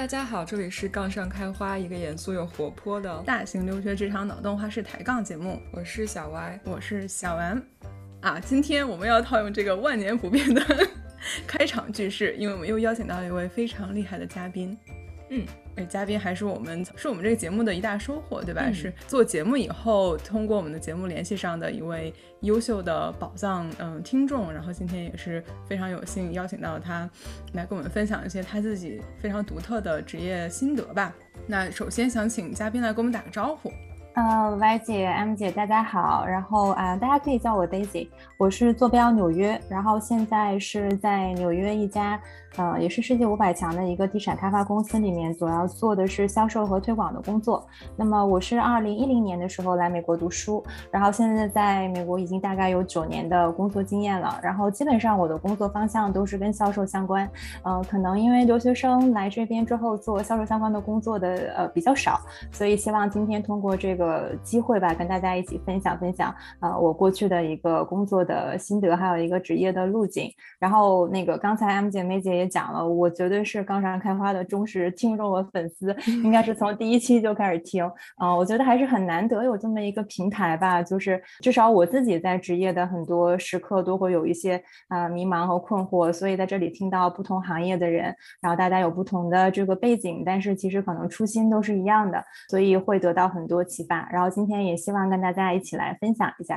大家好，这里是杠上开花，一个严肃又活泼的大型留学职场脑洞花式抬杠节目。我是小 Y， 我是小 M。今天我们要套用这个万年不变的开场句式，因为我们又邀请到了一位非常厉害的嘉宾。嘉宾还是我们这个节目的一大收获，对吧？是做节目以后通过我们的节目联系上的一位优秀的宝藏听众，然后今天也是非常有幸邀请到他来跟我们分享一些他自己非常独特的职业心得吧。那首先想请嘉宾来跟我们打个招呼。 Y 姐 M 姐大家好，然后大家可以叫我 Daisy， 我是坐标纽约，然后现在是在纽约一家也是世界500强的一个地产开发公司里面，主要做的是销售和推广的工作。那么我是2010年的时候来美国读书，然后现在在美国已经大概有9年的工作经验了，然后基本上我的工作方向都是跟销售相关。可能因为留学生来这边之后做销售相关的工作的比较少，所以希望今天通过这个机会吧，跟大家一起分享我过去的一个工作的心得，还有一个职业的路径。然后刚才 M 姐梅姐也讲了，我绝对是杠上开花的忠实听众和粉丝，应该是从第1期就开始听。我觉得还是很难得有这么一个平台吧，就是至少我自己在职业的很多时刻都会有一些迷茫和困惑，所以在这里听到不同行业的人，然后大家有不同的这个背景，但是其实可能初心都是一样的，所以会得到很多启发。然后今天也希望跟大家一起来分享一下。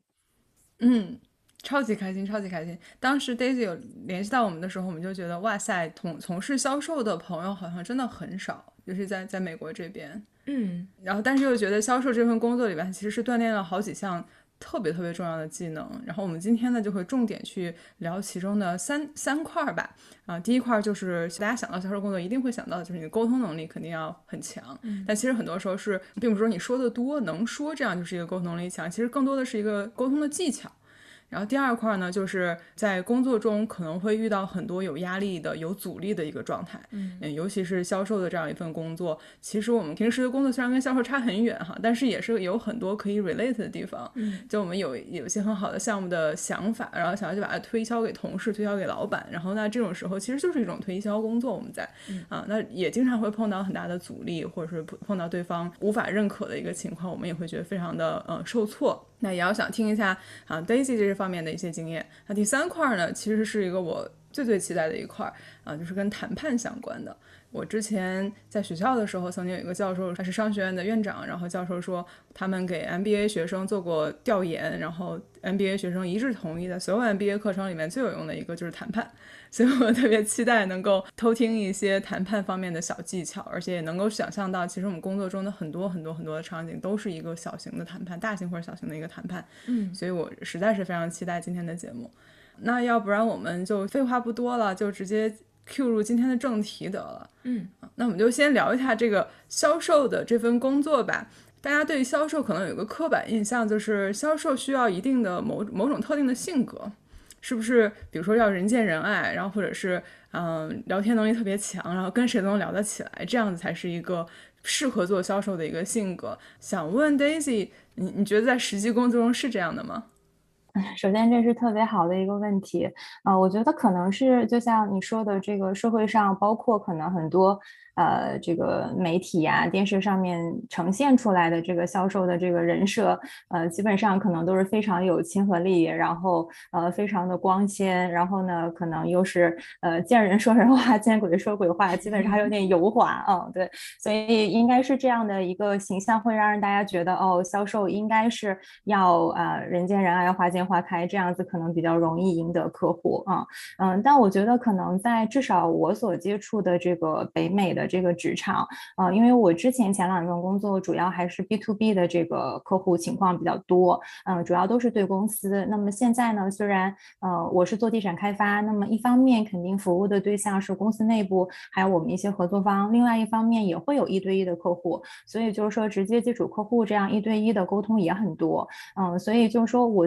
超级开心，超级开心。当时 Daisy 有联系到我们的时候，我们就觉得哇塞，从事销售的朋友好像真的很少，就是在美国这边。然后但是又觉得销售这份工作里边其实是锻炼了好几项特别重要的技能，然后我们今天呢就会重点去聊其中的三块吧。第一块就是大家想到销售工作一定会想到的就是你的沟通能力肯定要很强，但其实很多时候是并不是说你说的多能说这样就是一个沟通能力强，其实更多的是一个沟通的技巧。然后第二块呢，就是在工作中可能会遇到很多有压力的、有阻力的一个状态。尤其是销售的这样一份工作，其实我们平时的工作虽然跟销售差很远哈，但是也是有很多可以 relate 的地方。就我们有一些很好的项目的想法，然后想要去把它推销给同事、推销给老板，然后那这种时候其实就是一种推销工作。我们在那也经常会碰到很大的阻力，或者是碰到对方无法认可的一个情况，我们也会觉得非常的受挫。那也要想听一下Daisy 这方面的一些经验。那第三块呢，其实是一个我最期待的一块就是跟谈判相关的。我之前在学校的时候，曾经有一个教授，他是商学院的院长，然后教授说他们给 MBA 学生做过调研，然后 MBA 学生一致同意的所有 MBA 课程里面最有用的一个就是谈判，所以我特别期待能够偷听一些谈判方面的小技巧，而且也能够想象到其实我们工作中的很多的场景都是一个小型的谈判，大型或者小型的一个谈判。所以我实在是非常期待今天的节目。那要不然我们就废话不多了，就直接 Q 入今天的正题得了。那我们就先聊一下这个销售的这份工作吧。大家对于销售可能有一个刻板印象，就是销售需要一定的某种特定的性格，是不是比如说要人见人爱，然后或者是聊天能力特别强，然后跟谁都能聊得起来，这样子才是一个适合做销售的一个性格。想问 Daisy， 你觉得在实际工作中是这样的吗？ 首先这是特别好的一个问题。我觉得可能是就像你说的，这个社会上包括可能很多这个媒体啊电视上面呈现出来的这个销售的这个人设，基本上可能都是非常有亲和力，然后非常的光鲜，然后呢可能又是见人说人话，见鬼说鬼话，基本上还有点油滑。对，所以应该是这样的一个形象会让大家觉得销售应该是要人见人爱花见花开，这样子可能比较容易赢得客户但我觉得可能在至少我所接触的这个北美的这个职场因为我之前前2份工作主要还是 B2B 的这个客户情况比较多，主要都是对公司。那么现在呢，虽然我是做地产开发，那么一方面肯定服务的对象是公司内部还有我们一些合作方，另外一方面也会有1对1的客户，所以就是说直接接触客户这样1对1的沟通也很多。所以就是说我自己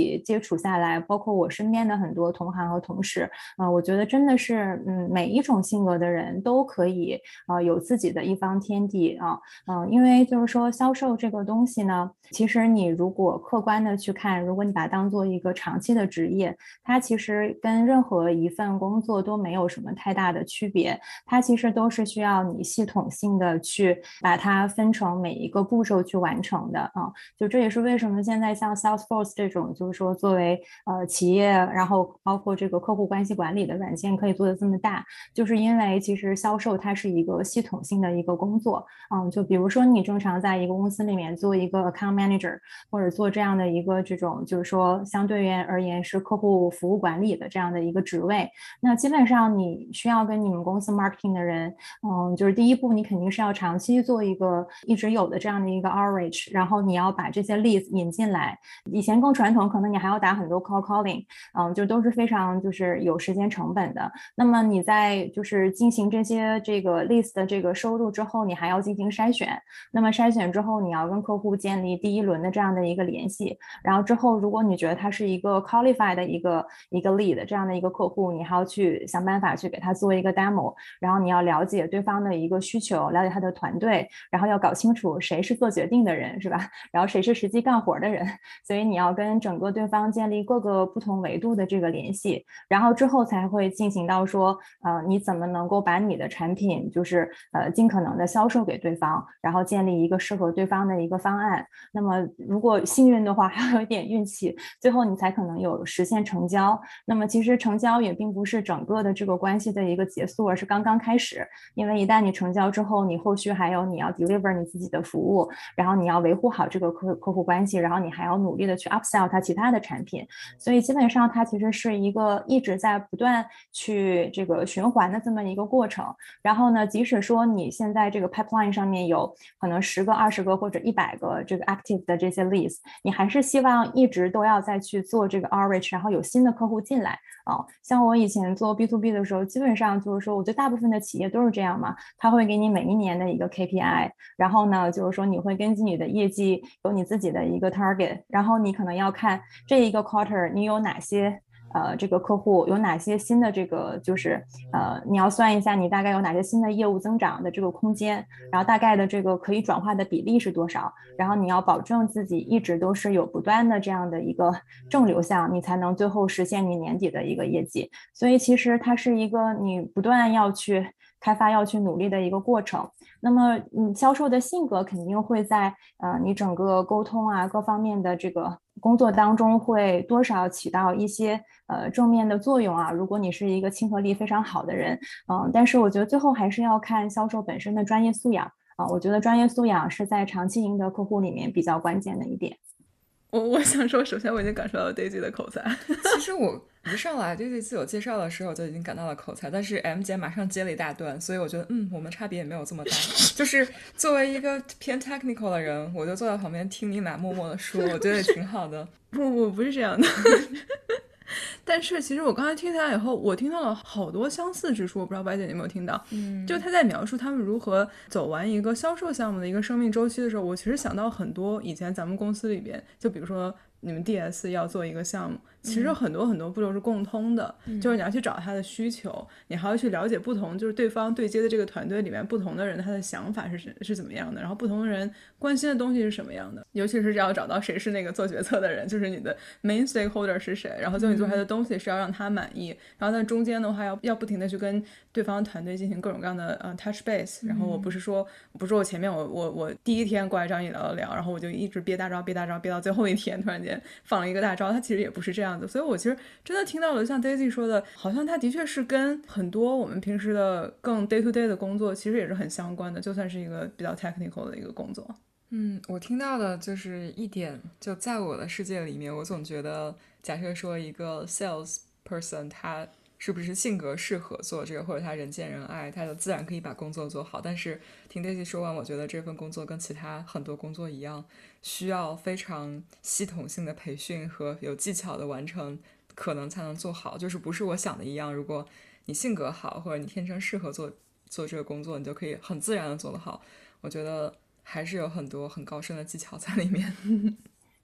起接触下来，包括我身边的很多同行和同事，我觉得真的是，每一种性格的人都可以有自己的一方天地啊，因为就是说销售这个东西呢，其实你如果客观的去看，如果你把它当做一个长期的职业，它其实跟任何一份工作都没有什么太大的区别，它其实都是需要你系统性的去把它分成每一个步骤去完成的啊。就这也是为什么现在像 Salesforce 这种，就是说作为企业，然后包括这个客户关系管理的软件可以做得这么大，就是因为其实销售它是一个系统性的一个工作。就比如说你正常在一个公司里面做一个 account manager，或者做这样的一个这种就是说相对而言是客户服务管理的这样的一个职位，那基本上你需要跟你们公司 marketing 的人，就是第一步你肯定是要长期做一个一直有的这样的一个 outreach， 然后你要把这些 leads 引进来。以前更传统，可能你还要打很多 call calling，就都是非常就是有时间成本的。那么你在就是进行这个 list 的这个收入之后，你还要进行筛选。那么筛选之后，你要跟客户建立第一轮的这样的一个联系。然后之后，如果你觉得他是一个 qualified 的一个 lead 这样的一个客户，你还要去想办法去给他做一个 demo， 然后你要了解对方的一个需求，了解他的团队，然后要搞清楚谁是做决定的人，是吧？然后谁是实际干活的人。所以你要跟整个对方建立各个不同维度的这个联系，然后之后才会进行到说，你怎么能够把你的产品就是尽可能的销售给对方，然后建立一个适合对方的一个方案。那么如果幸运的话，还有一点运气，最后你才可能有实现成交。那么其实成交也并不是整个的这个关系的一个结束，而是刚刚开始。因为一旦你成交之后，你后续还有你要 deliver 你自己的服务，然后你要维护好这个客户关系，然后你还要努力的去 upsell 它其他的产品。所以基本上它其实是一个一直在不断去这个循环的这么一个过程。然后呢，即使说你现在这个 pipeline 上面有可能10个、20个或者100个这个 active 的这些 leads， 你还是希望一直都要再去做这个 outreach， 然后有新的客户进来。像我以前做 B2B 的时候，基本上就是说，我觉得大部分的企业都是这样嘛，他会给你每一年的一个 KPI， 然后呢，就是说你会根据你的业绩有你自己的一个 target， 然后你可能要看这一个 quarter 你有哪些这个客户有哪些新的这个就是你要算一下你大概有哪些新的业务增长的这个空间，然后大概的这个可以转化的比例是多少，然后你要保证自己一直都是有不断的这样的一个正流向，你才能最后实现你年底的一个业绩。所以其实它是一个你不断要去开发要去努力的一个过程。那么销售的性格肯定会在你整个沟通啊各方面的这个工作当中会多少起到一些正面的作用啊。如果你是一个亲和力非常好的人，但是我觉得最后还是要看销售本身的专业素养我觉得专业素养是在长期赢得客户里面比较关键的一点。 我想说，首先我已经感受到了 Daisy 的口才。 其实我一上来 Daisy 自我介绍的时候就已经感到了口才，但是 M 姐马上接了一大段，所以我觉得我们差别也没有这么大。就是作为一个偏 technical 的人，我就坐在旁边听你俩默默的说，我觉得也挺好的。 不是这样的。但是其实我刚才听下来以后，我听到了好多相似之处，我不知道白姐你有没有听到。就他在描述他们如何走完一个销售项目的一个生命周期的时候，我其实想到很多以前咱们公司里边，就比如说你们 DS 要做一个项目，其实很多很多步骤是共通的，就是你要去找他的需求，你还要去了解不同就是对方对接的这个团队里面不同的人他的想法是怎么样的，然后不同的人关心的东西是什么样的，尤其是要找到谁是那个做决策的人，就是你的 main stakeholder 是谁，然后最后你做出来的东西是要让他满意，然后在中间的话要不停的去跟对方团队进行各种各样的touch base， 然后我不是说我前面我第一天过来找你聊，然后我就一直憋大招憋到最后一天突然间放了一个大招，他其实也不是这样子。所以我其实真的听到了像 Daisy 说的，好像他的确是跟很多我们平时的更 day to day 的工作其实也是很相关的，就算是一个比较 technical 的一个工作。 我听到的就是一点，就在我的世界里面，我总觉得假设说一个 sales person 他是不是性格适合做这个，或者他人见人爱，他就自然可以把工作做好。但是听 Daisy 说完，我觉得这份工作跟其他很多工作一样，需要非常系统性的培训和有技巧的完成，可能才能做好。就是不是我想的一样，如果你性格好，或者你天生适合做这个工作，你就可以很自然的做得好。我觉得还是有很多很高深的技巧在里面。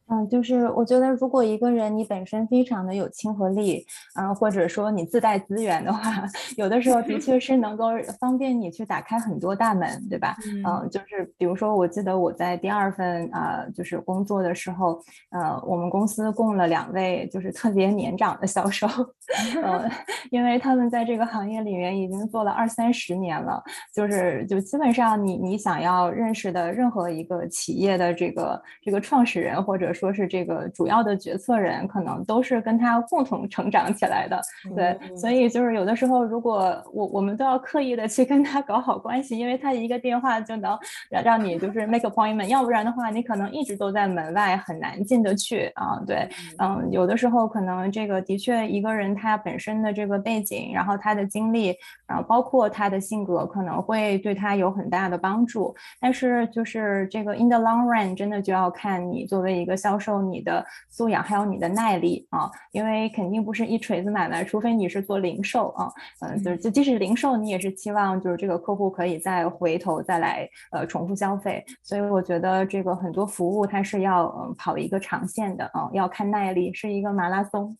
就是我觉得如果一个人你本身非常的有亲和力，或者说你自带资源的话，有的时候的确是能够方便你去打开很多大门，对吧？就是比如说我记得我在第二份就是工作的时候，我们公司供了2位就是特别年长的销售，因为他们在这个行业里面已经做了20-30年了，就基本上你想要认识的任何一个企业的这个创始人，或者说是这个主要的决策人，可能都是跟他共同成长起来的。对，所以就是有的时候，如果我们都要刻意的去跟他搞好关系，因为他一个电话就能让你就是 make appointment，要不然的话，你可能一直都在门外，很难进得去啊。对，有的时候可能这个的确一个人他本身的这个背景，然后他的经历，然后包括他的性格，可能会对他有很大的帮助。但是就是这个 in the long run， 真的就要看你作为一个销售，你的素养还有你的耐力啊，因为肯定不是一锤子买卖，除非你是做零售啊，就即使零售，你也是期望就是这个客户可以再回头再来重复消费，所以我觉得这个很多服务它是要跑一个长线的啊，要看耐力，是一个马拉松。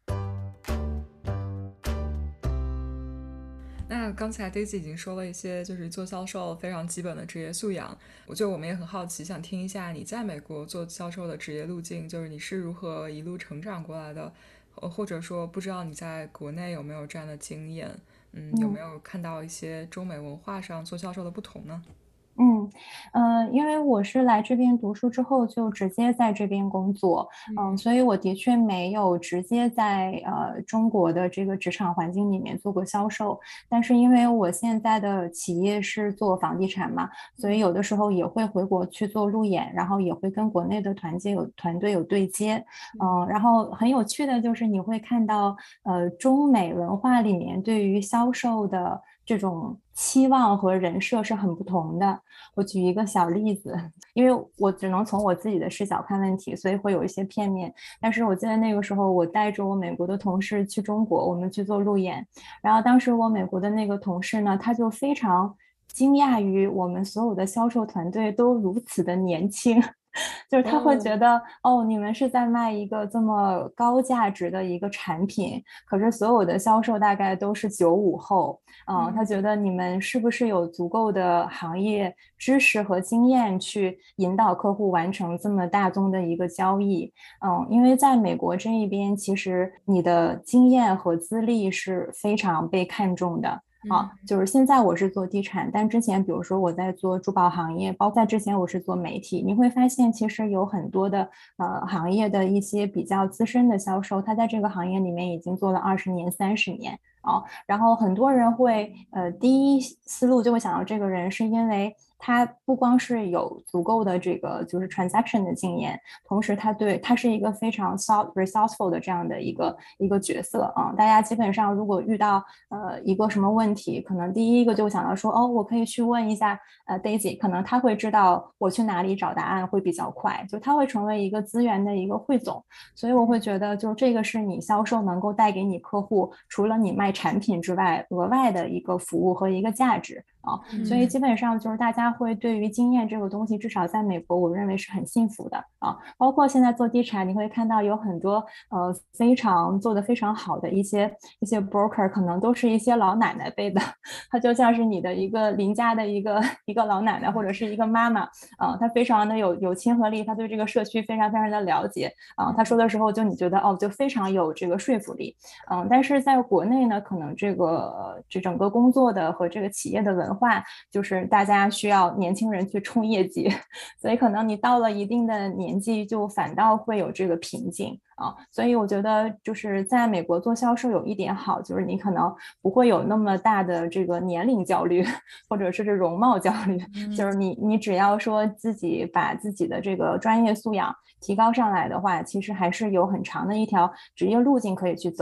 那刚才 Daisy 已经说了一些就是做销售非常基本的职业素养，我们也很好奇，想听一下你在美国做销售的职业路径，就是你是如何一路成长过来的，或者说不知道你在国内有没有这样的经验，有没有看到一些中美文化上做销售的不同呢？ 因为我是来这边读书之后就直接在这边工作，所以我的确没有直接在中国的这个职场环境里面做过销售，但是因为我现在的企业是做房地产嘛，所以有的时候也会回国去做路演，然后也会跟国内的团队有对接，然后很有趣的就是你会看到中美文化里面对于销售的这种期望和人设是很不同的。我举一个小例子，因为我只能从我自己的视角看问题，所以会有一些片面。但是我记得那个时候，我带着我美国的同事去中国，我们去做路演，然后当时我美国的那个同事呢，他就非常惊讶于我们所有的销售团队都如此的年轻。就是他会觉得你们是在卖一个这么高价值的一个产品，可是所有的销售大概都是95后，他觉得你们是不是有足够的行业知识和经验去引导客户完成这么大宗的一个交易？因为在美国这一边，其实你的经验和资历是非常被看重的。就是现在我是做地产，但之前比如说我在做珠宝行业，包括在之前我是做媒体，你会发现其实有很多的行业的一些比较资深的销售，他在这个行业里面已经做了20年、30年然后很多人会第一思路就会想到这个人是因为他不光是有足够的这个就是 transaction 的经验，同时他是一个非常 resourceful 的这样的一个角色大家基本上如果遇到一个什么问题，可能第一个就想到说我可以去问一下Daisy， 可能他会知道我去哪里找答案会比较快，就他会成为一个资源的一个汇总，所以我会觉得就这个是你销售能够带给你客户除了你卖产品之外额外的一个服务和一个价值所以基本上就是大家会对于经验这个东西，至少在美国，我认为是很幸福的包括现在做地产，你会看到有很多做得非常好的一些 broker， 可能都是一些老奶奶辈的，他就像是你的一个邻家的一个老奶奶或者是一个妈妈他非常的有亲和力，他对这个社区非常非常的了解他说的时候就你觉得就非常有这个说服力但是在国内呢，可能这整个工作的和这个企业的文化就是大家需要年轻人去冲业绩，所以可能你到了一定的年纪就反倒会有这个瓶颈所以我觉得就是在美国做销售有一点好，就是你可能不会有那么大的这个年龄焦虑或者是这容貌焦虑就是你只要说自己把自己的这个专业素养提高上来的话，其实还是有很长的一条职业路径可以去走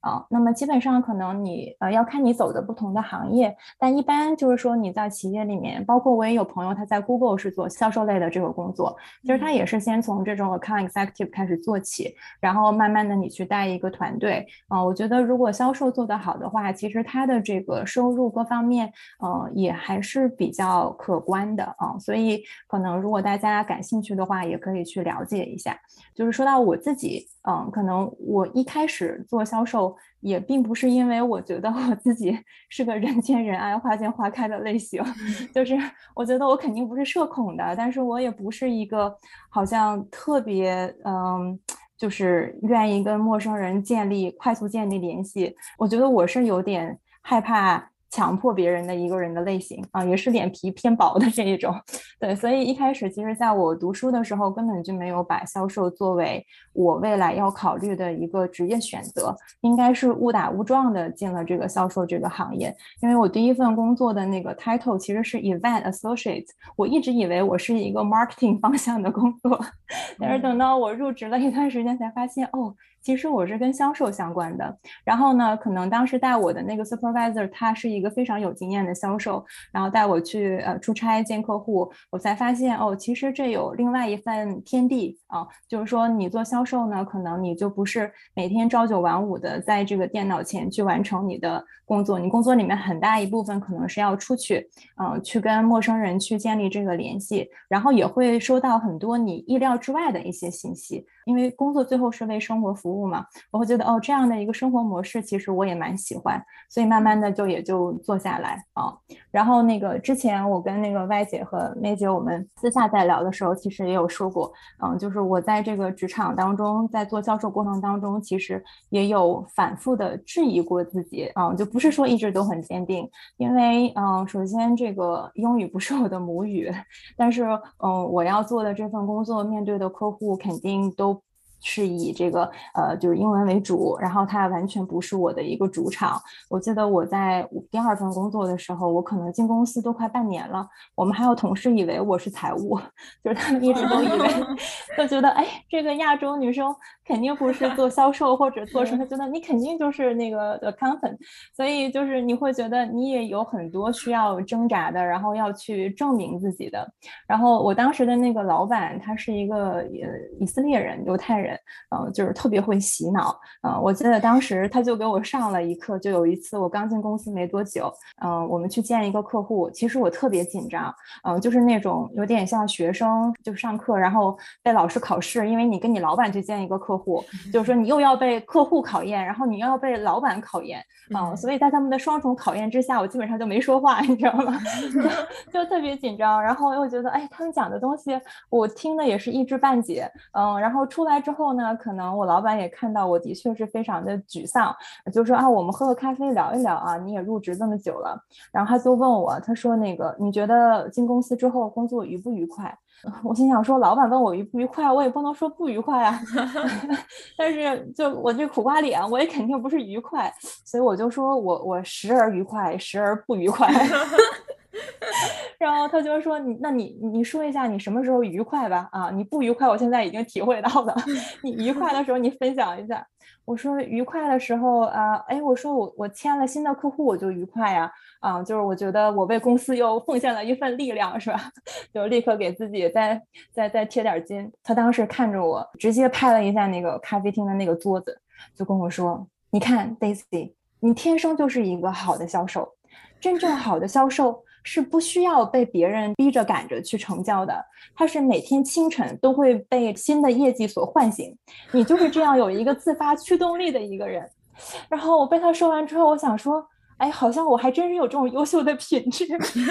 那么基本上可能你要看你走的不同的行业，但一般就是说你在企业里面，包括我也有朋友他在 Google 是做销售类的这个工作，其实他也是先从这种 account executive 开始做起，然后慢慢的你去带一个团队我觉得如果销售做得好的话，其实他的这个收入各方面也还是比较可观的所以可能如果大家感兴趣的话，也可以去了解一下。就是说到我自己可能我一开始做销售也并不是因为我觉得我自己是个人见人爱花见花开的类型，就是我觉得我肯定不是社恐的，但是我也不是一个好像特别就是愿意跟陌生人快速建立联系，我觉得我是有点害怕强迫别人的一个人的类型也是脸皮偏薄的这一种。对，所以一开始其实在我读书的时候根本就没有把销售作为我未来要考虑的一个职业选择，应该是误打误撞的进了这个销售这个行业。因为我第一份工作的那个 title 其实是 event associate， 我一直以为我是一个 marketing 方向的工作，但是等到我入职了一段时间才发现其实我是跟销售相关的。然后呢，可能当时带我的那个 supervisor 他是一个非常有经验的销售，然后带我去出差见客户，我才发现其实这有另外一份天地就是说你做销售呢，可能你就不是每天朝九晚五的在这个电脑前去完成你的工作，你工作里面很大一部分可能是要出去去跟陌生人去建立这个联系，然后也会收到很多你意料之外的一些信息，因为工作最后是为生活服务嘛，我会觉得这样的一个生活模式其实我也蛮喜欢，所以慢慢的也就做下来然后那个之前我跟那个歪姐和妹姐我们私下在聊的时候，其实也有说过就是我在这个职场当中，在做销售过程当中，其实也有反复的质疑过自己就不是说一直都很坚定，因为首先这个英语不是我的母语，但是我要做的这份工作面对的客户肯定都是以这个就是英文为主，然后它完全不是我的一个主场。我记得我在第二份工作的时候，我可能进公司都快半年了，我们还有同事以为我是财务，就是他们一直都以为就觉得这个亚洲女生肯定不是做销售或者做什么，觉得你肯定就是那个 accountant， 所以就是你会觉得你也有很多需要挣扎的，然后要去证明自己的。然后我当时的那个老板他是一个以色列人，犹太人就是特别会洗脑我记得当时他就给我上了一课，就有一次我刚进公司没多久我们去见一个客户，其实我特别紧张就是那种有点像学生就上课然后被老师考试，因为你跟你老板去见一个客户，就是说你又要被客户考验，然后你又要被老板考验所以在他们的双重考验之下，我基本上就没说话，你知道吗？就特别紧张，然后又觉得他们讲的东西我听的也是一知半解然后出来之后呢，可能我老板也看到我的确是非常的沮丧，就说我们喝个咖啡聊一聊你也入职这么久了，然后他就问我，他说那个你觉得进公司之后工作愉不愉快？我心想说老板问我愉不愉快，我也不能说不愉快但是就我这苦瓜脸我也肯定不是愉快，所以我就说我时而愉快时而不愉快然后他就说那你说一下你什么时候愉快吧你不愉快我现在已经体会到了你愉快的时候你分享一下。我说愉快的时候我说我签了新的客户我就愉快就是我觉得我为公司又奉献了一份力量是吧就立刻给自己再贴点金。他当时看着我直接拍了一下那个咖啡厅的那个桌子，就跟我说你看 Daisy 你天生就是一个好的销售，真正好的销售是不需要被别人逼着赶着去成交的，他是每天清晨都会被新的业绩所唤醒，你就是这样有一个自发驱动力的一个人。然后我被他说完之后，我想说好像我还真是有这种优秀的品质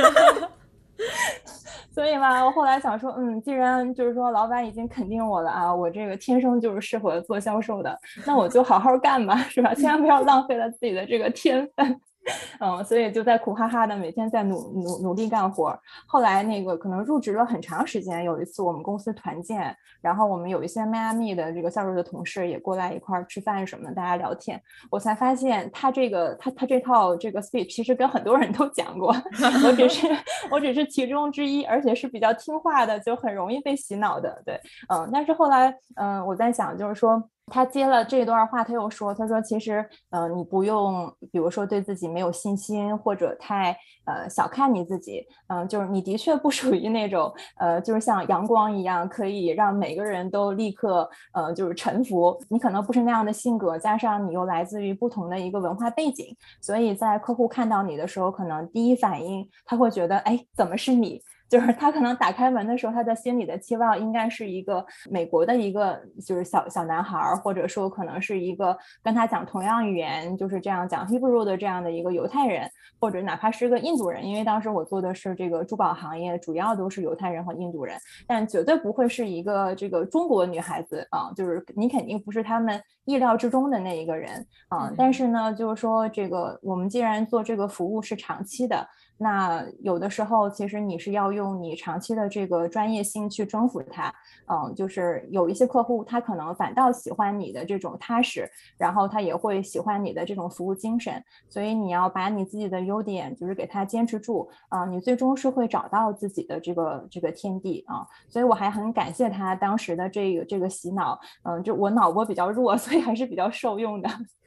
所以嘛，我后来想说既然就是说老板已经肯定我了我这个天生就是适合做销售的，那我就好好干吧是吧，千万不要浪费了自己的这个天分所以就在苦哈哈的每天在努力干活。后来那个可能入职了很长时间，有一次我们公司团建，然后我们有一些迈阿密的这个销售的同事也过来一块吃饭什么的，大家聊天，我才发现他这套这个 speech 其实跟很多人都讲过我只是其中之一，而且是比较听话的，就很容易被洗脑的。对但是后来我在想就是说他接了这段话，他又说，他说其实你不用比如说对自己没有信心或者太小看你自己，就是你的确不属于那种就是像阳光一样可以让每个人都立刻就是臣服，你可能不是那样的性格，加上你又来自于不同的一个文化背景，所以在客户看到你的时候，可能第一反应他会觉得，哎，怎么是你？就是他可能打开门的时候，他的心里的期望应该是一个美国的一个就是小男孩，或者说可能是一个跟他讲同样语言，就是这样讲 Hebrew 的这样的一个犹太人，或者哪怕是个印度人，因为当时我做的是这个珠宝行业，主要都是犹太人和印度人，但绝对不会是一个这个中国女孩子啊，就是你肯定不是他们意料之中的那一个人啊。但是呢，就是说这个我们既然做这个服务是长期的，那有的时候其实你是要用你长期的这个专业性去征服他，就是有一些客户他可能反倒喜欢你的这种踏实，然后他也会喜欢你的这种服务精神，所以你要把你自己的优点就是给他坚持住你最终是会找到自己的这个天地啊。所以我还很感谢他当时的这个洗脑，就我脑波比较弱，所以还是比较受用的。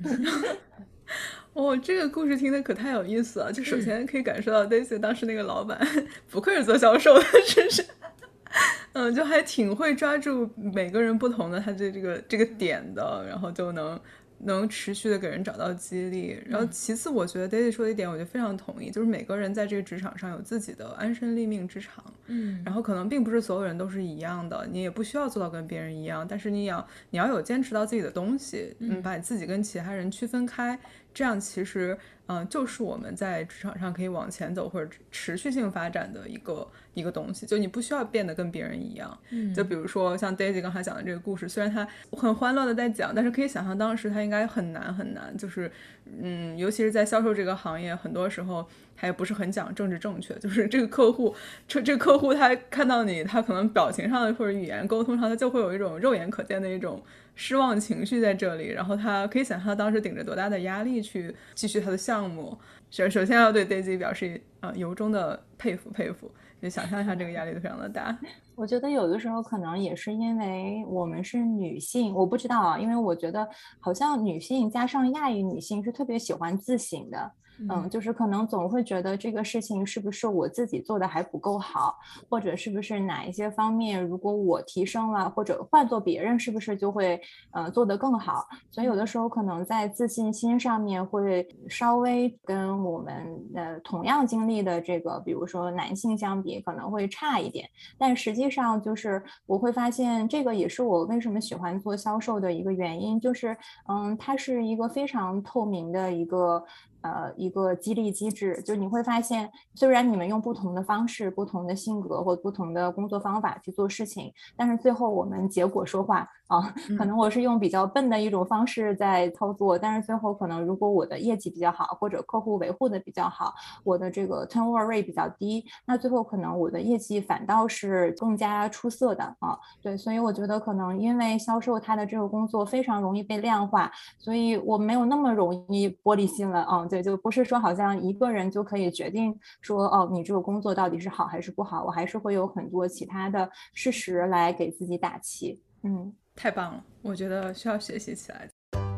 哦，这个故事听的可太有意思了。就首先可以感受到 Daisy 当时那个老板不愧是做销售的，真是，就还挺会抓住每个人不同的他的这个点的，然后就能持续的给人找到激励。然后其次我觉得 Daisy 说的一点我就非常同意，就是每个人在这个职场上有自己的安身立命之长，然后可能并不是所有人都是一样的，你也不需要做到跟别人一样，但是你要有坚持到自己的东西，把你自己跟其他人区分开，这样其实就是我们在职场上可以往前走或者持续性发展的一个东西，就你不需要变得跟别人一样。就比如说像 Daisy 刚才讲的这个故事，虽然他很欢乐的在讲，但是可以想象当时他应该很难很难，就是尤其是在销售这个行业，很多时候他也不是很讲政治正确，就是这个客户他看到你，他可能表情上或者语言沟通上，他就会有一种肉眼可见的一种失望情绪在这里，然后他可以想象他当时顶着多大的压力去继续他的项目。首先要对 Daisy 表示由衷的佩服，就想象一下这个压力都非常的大。 我觉得有的时候可能也是因为我们是女性，我不知道啊，因为我觉得好像女性加上亚裔女性是特别喜欢自省的。就是可能总会觉得这个事情是不是我自己做的还不够好，或者是不是哪一些方面如果我提升了，或者换做别人是不是就会做得更好。所以有的时候可能在自信心上面会稍微跟我们同样经历的这个比如说男性相比可能会差一点，但实际上就是我会发现这个也是我为什么喜欢做销售的一个原因，就是它是一个非常透明的一个激励机制，就你会发现虽然你们用不同的方式、不同的性格或不同的工作方法去做事情，但是最后我们结果说话可能我是用比较笨的一种方式在操作，但是最后可能如果我的业绩比较好，或者客户维护的比较好，我的这个 turnover rate 比较低，那最后可能我的业绩反倒是更加出色的对，所以我觉得可能因为销售它的这个工作非常容易被量化，所以我没有那么容易玻璃心了对，就不是说好像一个人就可以决定说你这个工作到底是好还是不好，我还是会有很多其他的事实来给自己打气。 太棒了，我觉得需要学习起来。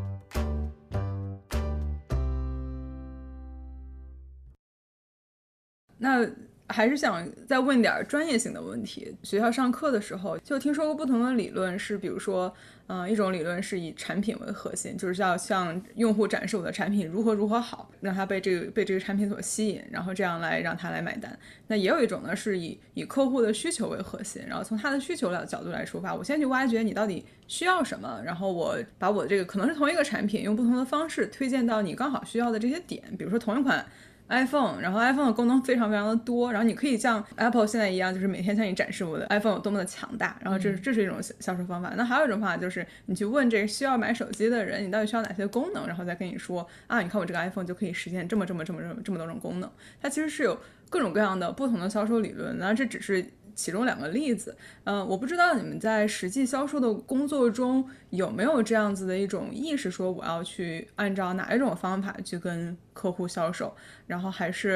那还是想再问点专业性的问题。学校上课的时候就听说过不同的理论，是比如说一种理论是以产品为核心，就是要向用户展示我的产品如何好，让他被这个产品所吸引，然后这样来让他来买单。那也有一种呢是以客户的需求为核心，然后从他的需求的角度来出发，我先去挖掘你到底需要什么，然后我把我这个可能是同一个产品用不同的方式推荐到你刚好需要的这些点。比如说同一款iPhone， 然后 iPhone 的功能非常的多，然后你可以像 Apple 现在一样，就是每天向你展示我的 iPhone 有多么的强大，然后这是一种销售方法。那还有一种方法就是你去问这个需要买手机的人，你到底需要哪些功能，然后再跟你说你看我这个 iPhone 就可以实现这么多种功能。它其实是有各种各样的不同的销售理论，那这只是其中2个例子。我不知道你们在实际销售的工作中有没有这样子的一种意识，说我要去按照哪一种方法去跟客户销售，然后还是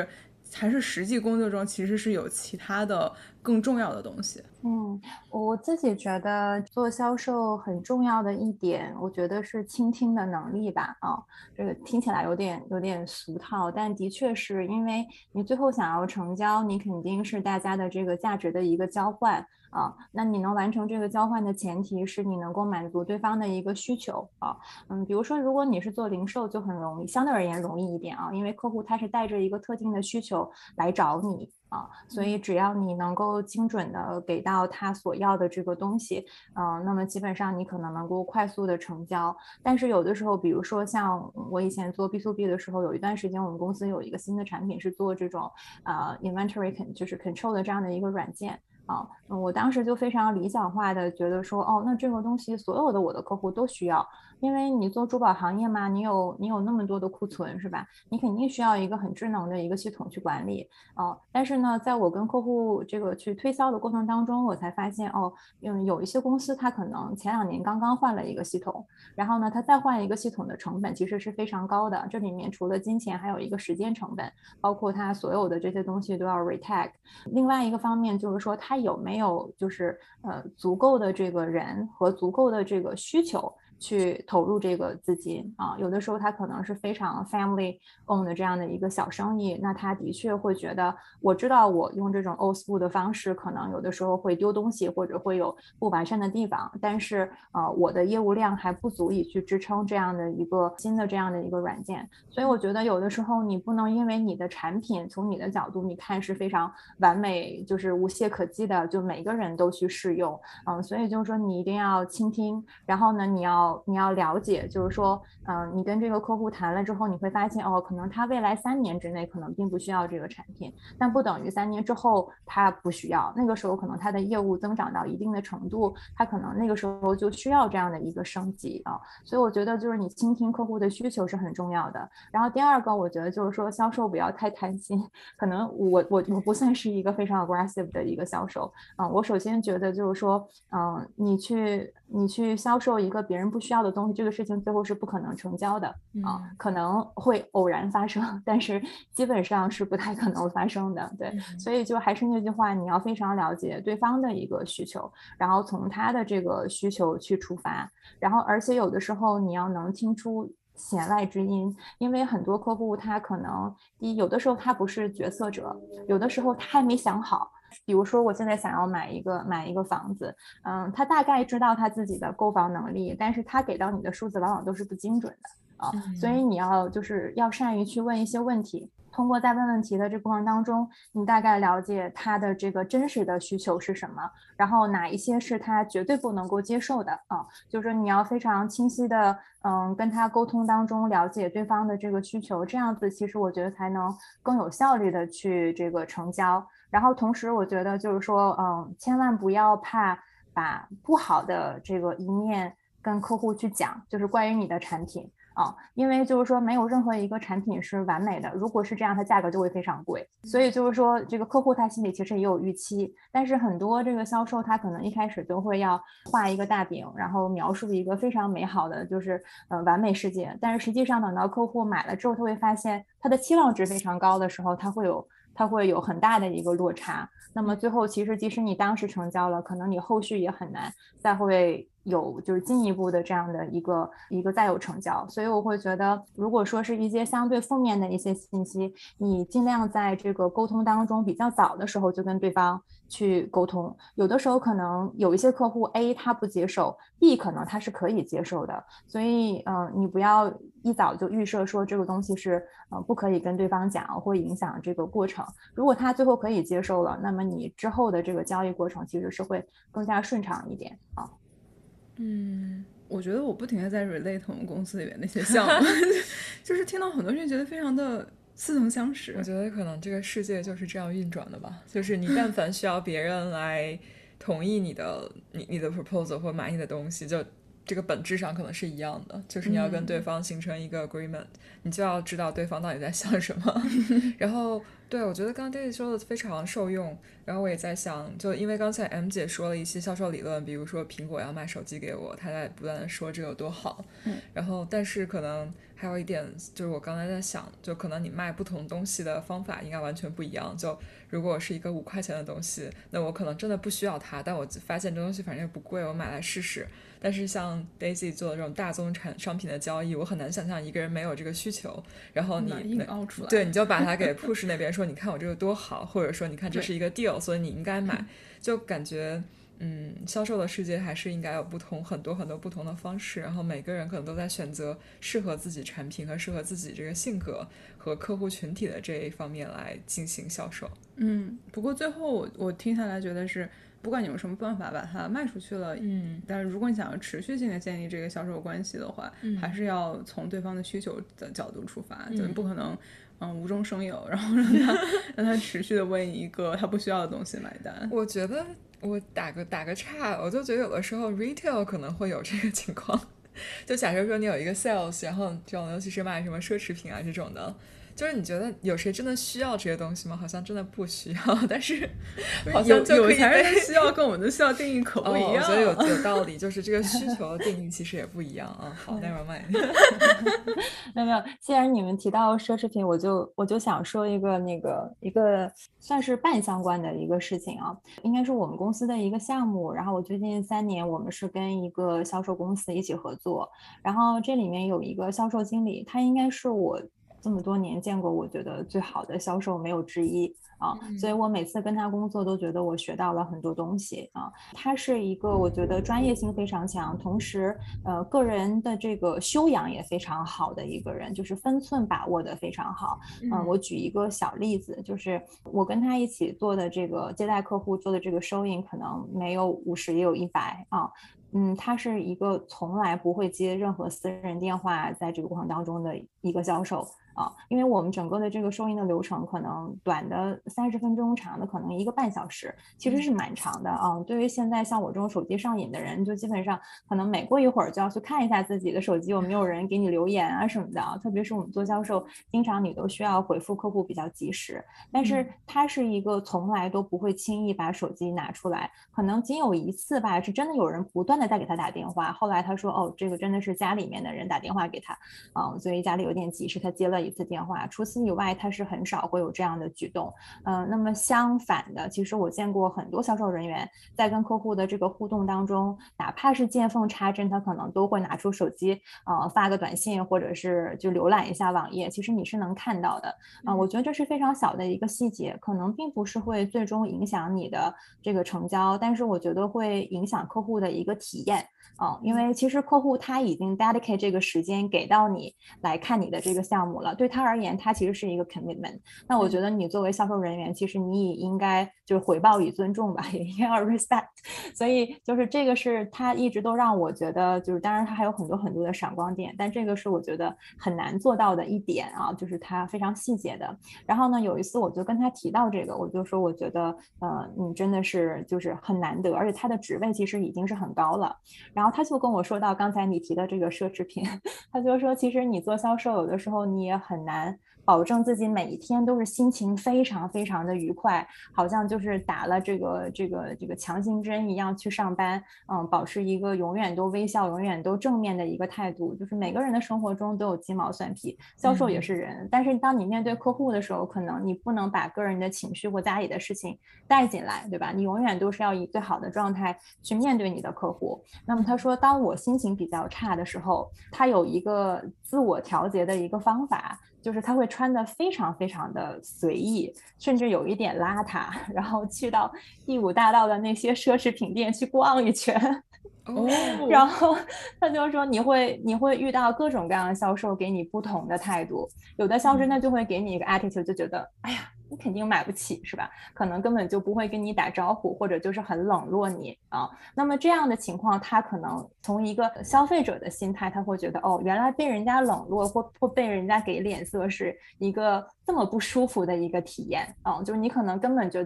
还是实际工作中其实是有其他的更重要的东西？ 我自己觉得做销售很重要的一点，我觉得是倾听的能力吧。这个听起来有点俗套，但的确是因为你最后想要成交，你肯定是大家的这个价值的一个交换那你能完成这个交换的前提是你能够满足对方的一个需求比如说如果你是做零售就很容易，相对而言容易一点因为客户他是带着一个特定的需求来找你所以只要你能够精准的给到他所要的这个东西那么基本上你可能能够快速的成交。但是有的时候比如说像我以前做 B to B 的时候，有一段时间我们公司有一个新的产品是做这种inventory 就是 control 的这样的一个软件我当时就非常理想化的觉得说那这个东西所有的我的客户都需要，因为你做珠宝行业嘛，你有那么多的库存是吧，你肯定需要一个很智能的一个系统去管理但是呢在我跟客户这个去推销的过程当中，我才发现有一些公司它可能前2年刚刚换了一个系统，然后呢它再换一个系统的成本其实是非常高的，这里面除了金钱还有一个时间成本，包括它所有的这些东西都要 retag。 另外一个方面就是说它有没有就是足够的这个人和足够的这个需求去投入这个资金有的时候他可能是非常 family owned 的这样的一个小生意，那他的确会觉得我知道我用这种 old school 的方式可能有的时候会丢东西或者会有不完善的地方，但是我的业务量还不足以去支撑这样的一个新的这样的一个软件，所以我觉得有的时候你不能因为你的产品从你的角度你看是非常完美就是无懈可击的就每个人都去试用所以就是说你一定要倾听，然后呢你要了解就是说你跟这个客户谈了之后，你会发现可能他未来3年之内可能并不需要这个产品，但不等于3年之后他不需要，那个时候可能他的业务增长到一定的程度，他可能那个时候就需要这样的一个升级所以我觉得就是你倾听客户的需求是很重要的。然后第二个我觉得就是说销售不要太贪心，可能我不算是一个非常 aggressive 的一个销售我首先觉得就是说你去销售一个别人不需要的东西，这个事情最后是不可能成交的可能会偶然发生，但是基本上是不太可能发生的。对所以就还是那句话，你要非常了解对方的一个需求，然后从他的这个需求去出发，然后而且有的时候你要能听出弦外之音，因为很多客户他可能有的时候他不是决策者，有的时候他还没想好，比如说我现在想要买一个房子他大概知道他自己的购房能力，但是他给到你的数字往往都是不精准的所以你要善于去问一些问题，通过在问问题的这过程当中，你大概了解他的这个真实的需求是什么，然后哪一些是他绝对不能够接受的就是说你要非常清晰的跟他沟通当中了解对方的这个需求，这样子其实我觉得才能更有效率的去这个成交。然后同时我觉得就是说千万不要怕把不好的这个一面跟客户去讲，就是关于你的产品因为就是说没有任何一个产品是完美的，如果是这样它价格就会非常贵，所以就是说这个客户他心里其实也有预期，但是很多这个销售他可能一开始都会要画一个大饼，然后描述一个非常美好的就是完美世界，但是实际上等到客户买了之后，他会发现他的期望值非常高的时候，他会有很大的一个落差，那么最后其实即使你当时成交了，可能你后续也很难再会有就是进一步的这样的一个再有成交。所以我会觉得如果说是一些相对负面的一些信息，你尽量在这个沟通当中比较早的时候就跟对方去沟通，有的时候可能有一些客户 A 他不接受， B 可能他是可以接受的，所以你不要一早就预设说这个东西是不可以跟对方讲，会影响这个过程。如果他最后可以接受了，那么你之后的这个交易过程其实是会更加顺畅一点我觉得我不停的在 relate 我们公司里面那些项目就是听到很多人觉得非常的似曾相识。 我觉得可能这个世界就是这样运转的吧，就是你但凡需要别人来同意你的 proposal 或买你的东西，就这个本质上可能是一样的，就是你要跟对方形成一个 agreement，你就要知道对方到底在想什么。然后对，我觉得刚刚 Daisy 说的非常受用，然后我也在想，就因为刚才 M 姐说了一些销售理论，比如说苹果要卖手机给我，她在不断的说这有多好，然后但是可能还有一点就是我刚才在想，就可能你卖不同东西的方法应该完全不一样。就如果是一个5块钱的东西，那我可能真的不需要它，但我发现这东西反正也不贵，我买来试试。但是像 Daisy 做的这种大宗商品的交易，我很难想象一个人没有这个需求，然后你硬凹出来， 对，你就把它给 push 那边说你看我这个多好，或者说你看这是一个 deal， 所以你应该买，就感觉销售的世界还是应该有很多不同的方式，然后每个人可能都在选择适合自己产品和适合自己这个性格和客户群体的这一方面来进行销售。 不过最后我听下来觉得是不管你用什么办法把它卖出去了，但是如果你想要持续性的建立这个销售关系的话，还是要从对方的需求的角度出发，就你不可能无中生有，然后让他持续的为一个他不需要的东西买单。 我觉得我打个岔，我就觉得有的时候 retail 可能会有这个情况，就假设说你有一个 sales， 然后这种尤其是卖什么奢侈品啊这种的，就是你觉得有谁真的需要这些东西吗？好像真的不需要，但是好像就可以有钱人的需要跟我们的需要定义可不一样。 我觉得有道理，就是这个需求的定义其实也不一样啊。好，never mind。 没有，既然你们提到奢侈品，我就想说一个算是半相关的一个事情啊，应该是我们公司的一个项目。然后我最近3年，我们是跟一个销售公司一起合作，然后这里面有一个销售经理，他应该是我这么多年见过我觉得最好的销售没有之一啊，所以我每次跟他工作都觉得我学到了很多东西啊。他是一个我觉得专业性非常强，同时个人的这个修养也非常好的一个人，就是分寸把握的非常好。我举一个小例子，就是我跟他一起做的这个接待客户做的这个收银，可能没有50也有100啊。他是一个从来不会接任何私人电话，在这个过程当中的一个销售啊，因为我们整个的这个收银的流程，可能短的30分钟，长的可能1个半小时，其实是蛮长的啊。对于现在像我这种手机上瘾的人，就基本上可能每过一会儿就要去看一下自己的手机有没有人给你留言啊什么的啊。特别是我们做销售，经常你都需要回复客户比较及时，但是他是一个从来都不会轻易把手机拿出来，可能仅有1次吧，是真的有人不断的在给他打电话，后来他说哦，这个真的是家里面的人打电话给他所以家里有点急事，他接了1次电话，除此以外他是很少会有这样的举动。那么相反的，其实我见过很多销售人员在跟客户的这个互动当中，哪怕是见缝插针，他可能都会拿出手机发个短信，或者是就浏览一下网页，其实你是能看到的我觉得这是非常小的一个细节，可能并不是会最终影响你的这个成交，但是我觉得会影响客户的一个体验因为其实客户他已经 dedicate 这个时间给到你来看你的这个项目了，对他而言他其实是一个 commitment。 那我觉得你作为销售人员，其实你也应该就是回报与尊重吧，也应该要 respect。 所以就是这个是他一直都让我觉得，就是当然他还有很多的闪光点，但这个是我觉得很难做到的一点就是他非常细节的。然后呢，有一次我就跟他提到这个，我就说我觉得你真的是就是很难得，而且他的职位其实已经是很高了。然后他就跟我说到刚才你提的这个奢侈品，他就说其实你做销售有的时候你也很难保证自己每一天都是心情非常非常的愉快，好像就是打了这个强心针一样去上班，保持一个永远都微笑永远都正面的一个态度。就是每个人的生活中都有鸡毛蒜皮，销售也是人，但是当你面对客户的时候，可能你不能把个人的情绪或家里的事情带进来，对吧？你永远都是要以最好的状态去面对你的客户。那么他说当我心情比较差的时候，他有一个自我调节的一个方法，就是他会穿得非常非常的随意，甚至有一点邋遢，然后去到第5大道的那些奢侈品店去逛一圈然后他就说你会遇到各种各样的销售给你不同的态度，有的销售呢就会给你一个 attitude， 就觉得哎呀你肯定买不起是吧，可能根本就不会跟你打招呼，或者就是很冷落你那么这样的情况，他可能从一个消费者的心态，他会觉得原来被人家冷落或被人家给脸色是一个这么不舒服的一个体验就是你可能根本觉得